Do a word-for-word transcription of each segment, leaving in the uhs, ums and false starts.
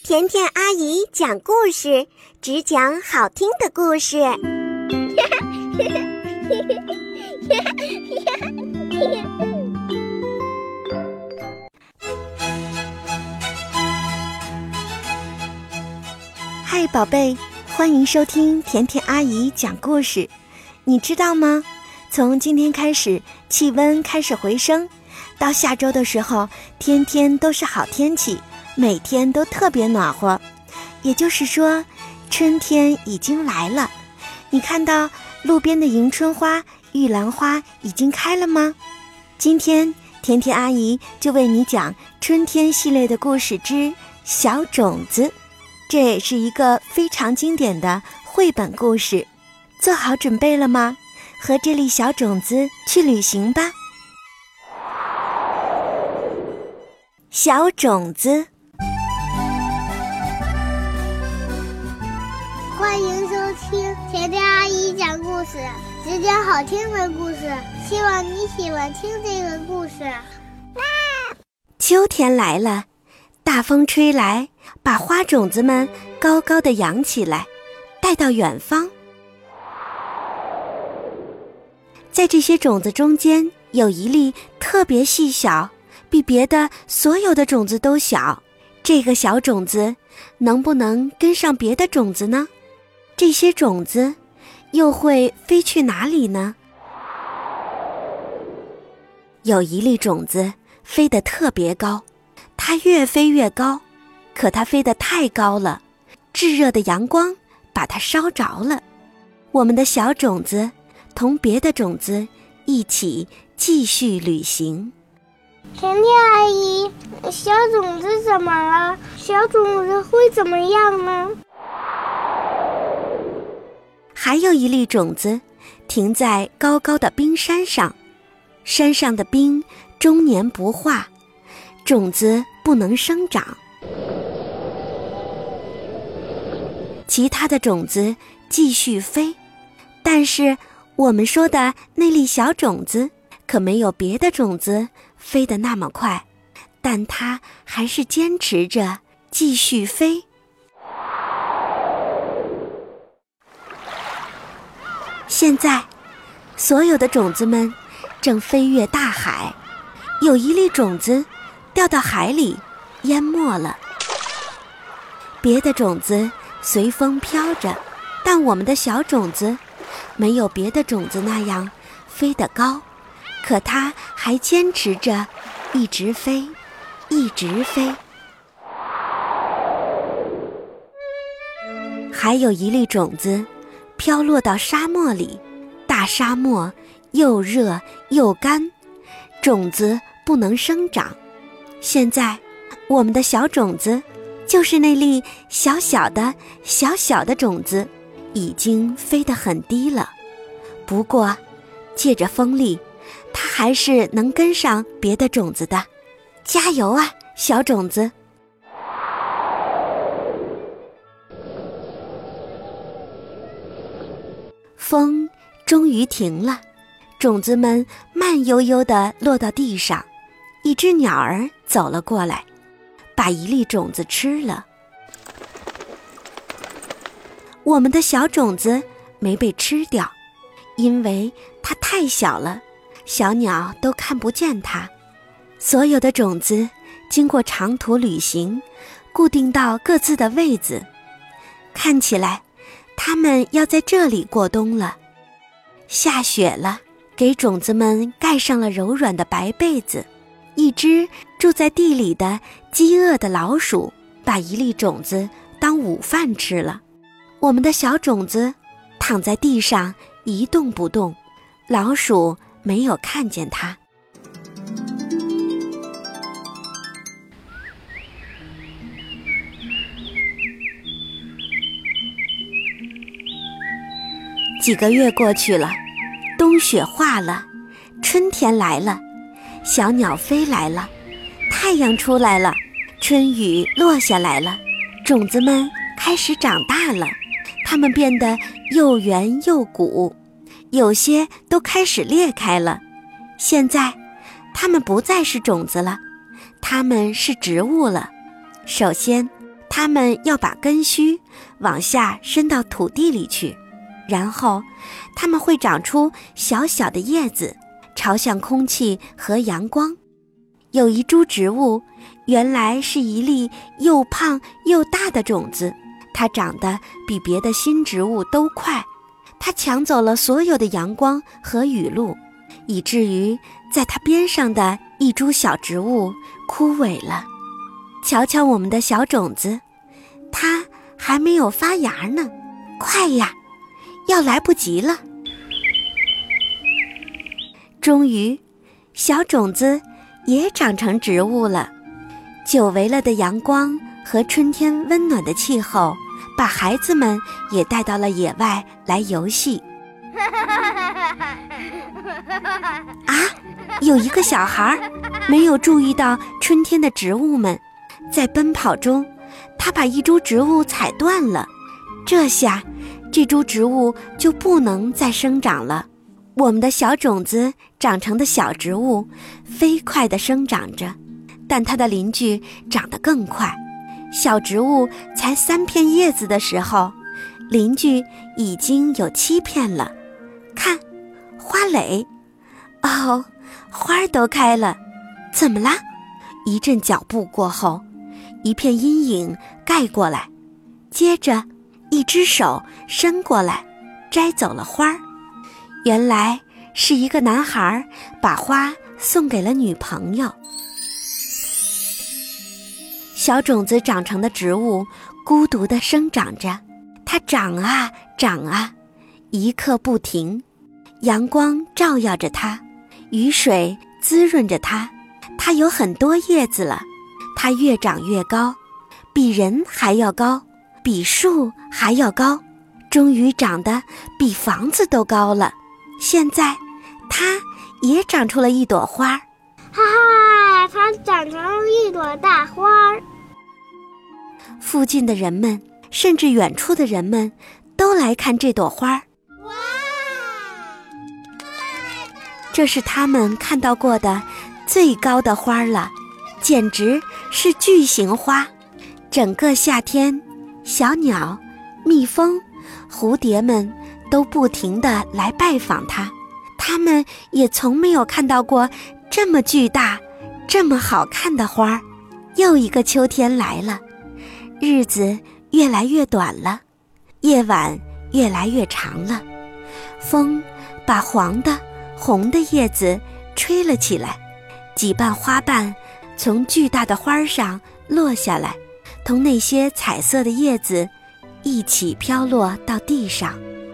甜甜阿姨讲故事，只讲好听的故事。 嗨，宝贝，欢迎收听甜甜阿姨讲故事。你知道吗？从今天开始，气温开始回升，到下周的时候，天天都是好天气，每天都特别暖和。也就是说，春天已经来了。你看到路边的迎春花、玉兰花已经开了吗？今天甜甜阿姨就为你讲春天系列的故事之小种子。这也是一个非常经典的绘本故事。做好准备了吗？和这粒小种子去旅行吧。小种子， 欢迎收听甜甜阿姨讲故事，只讲好听的故事，希望你喜欢听这个故事。 秋天来了，大风吹来，把花种子们高高地扬起来，带到远方。在这些种子中间，有一粒特别细小，比别的所有的种子都小。这个小种子能不能跟上别的种子呢？这些种子又会飞去哪里呢？有一粒种子飞得特别高，它越飞越高，可它飞得太高了，炙热的阳光把它烧着了。我们的小种子同别的种子一起继续旅行。 甜甜阿姨，小种子怎么了？小种子会怎么样呢？ 还有一粒种子停在高高的冰山上，山上的冰终年不化，种子不能生长。其他的种子继续飞，但是我们说的那粒小种子可没有别的种子飞得那么快，但它还是坚持着继续飞。现在，所有的种子们正飞越大海，有一粒种子掉到海里，淹没了。别的种子随风飘着，但我们的小种子没有别的种子那样飞得高，可它还坚持着一直飞，一直飞。还有一粒种子飘落到沙漠里，大沙漠又热又干，种子不能生长。现在我们的小种子就是那粒小小的小小的种子，已经飞得很低了，不过借着风力，它还是能跟上别的种子的。加油啊，小种子！风终于停了，种子们慢悠悠地落到地上。一只鸟儿走了过来，把一粒种子吃了。我们的小种子没被吃掉，因为它太小了，小鸟都看不见它。所有的种子经过长途旅行，固定到各自的位子。看起来它们要在这里过冬了。下雪了，给种子们盖上了柔软的白被子。一只住在地里的饥饿的老鼠把一粒种子当午饭吃了。我们的小种子躺在地上一动不动，老鼠没有看见它。几个月过去了，冬雪化了，春天来了，小鸟飞来了，太阳出来了，春雨落下来了，种子们开始长大了，它们变得又圆又鼓，有些都开始裂开了。现在它们不再是种子了，它们是植物了。首先， 它们要把根须往下伸到土地里去，然后它们会长出小小的叶子，朝向空气和阳光。有一株植物，原来是一粒又胖又大的种子，它长得比别的新植物都快，它抢走了所有的阳光和雨露，以至于在它边上的一株小植物枯萎了。瞧瞧我们的小种子，它还没有发芽呢，快呀，要来不及了。终于，小种子也长成植物了。久违了的阳光和春天温暖的气候，把孩子们也带到了野外来游戏。啊，有一个小孩没有注意到春天的植物们，在奔跑中，他把一株植物踩断了。这下，这株植物就不能再生长了。我们的小种子长成的小植物飞快地生长着，但它的邻居长得更快。小植物才三片叶子的时候，邻居已经有七片了。看，花蕾，哦，花儿都开了。怎么啦？一阵脚步过后，一片阴影盖过来，接着一只手伸过来，摘走了花儿。原来是一个男孩把花送给了女朋友。小种子长成的植物孤独地生长着，它长啊长啊，一刻不停。阳光照耀着它，雨水滋润着它，它有很多叶子了。它越长越高，比人还要高，比树还要高，终于长得比房子都高了。现在它也长出了一朵花。 哈哈，它长成了一朵大花。 附近的人们，甚至远处的人们，都来看这朵花。 哇！ 这是他们看到过的最高的花了，简直是巨型花。整个夏天，小鸟、蜜蜂、蝴蝶们都不停地来拜访它，它们也从没有看到过这么巨大、这么好看的花。又一个秋天来了，日子越来越短了，夜晚越来越长了。风把黄的、红的叶子吹了起来，几瓣花瓣从巨大的花上落下来，同那些彩色的叶子一起飘落到地上。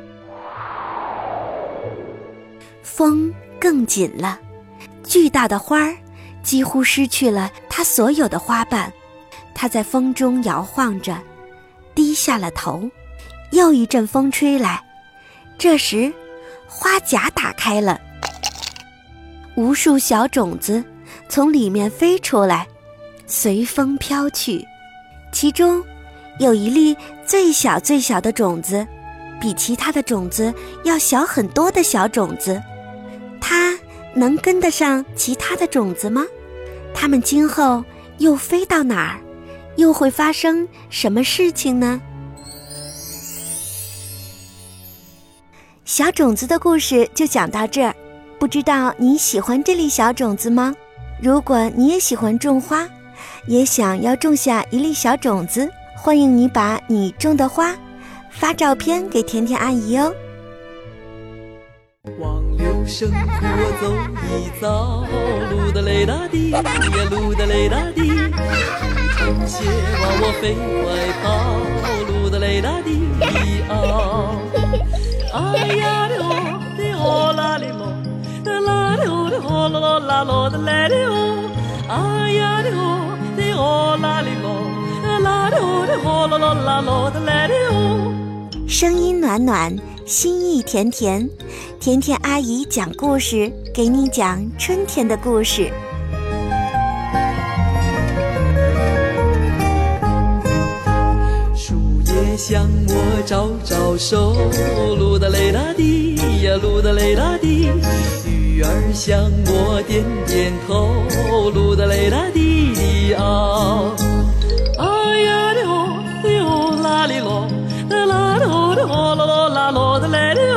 风更紧了，巨大的花儿几乎失去了它所有的花瓣，它在风中摇晃着，低下了头。又一阵风吹来，这时花荚打开了，无数小种子从里面飞出来，随风飘去。其中有一粒最小最小的种子，比其他的种子要小很多的小种子。它能跟得上其他的种子吗？它们今后又飞到哪儿？又会发生什么事情呢？小种子的故事就讲到这儿，不知道你喜欢这粒小种子吗？如果你也喜欢种花，也想要种下一粒小种子，欢迎你把你种的花发照片给甜甜阿姨哦。 忘流生活走一遭，路的雷达滴呀，路的雷达滴，虫鞋往我飞快跑，路的雷达滴嗷，哎呀的哦的哦啦哩咯，的啦的哦的哦啦咯啦咯的来的哦，哎呀的哦的哦啦哩咯，的啦的哦的哦啦咯啦咯的来的哦。 声音暖暖，心意甜甜，甜甜阿姨讲故事，给你讲春天的故事。 树叶向我招招手，噜哒嘞哒滴呀，噜哒嘞哒滴。鱼儿向我点点头，噜哒嘞哒滴滴嗷。哎呀的哦哩，哗啦啦啦，啦的嘞哩，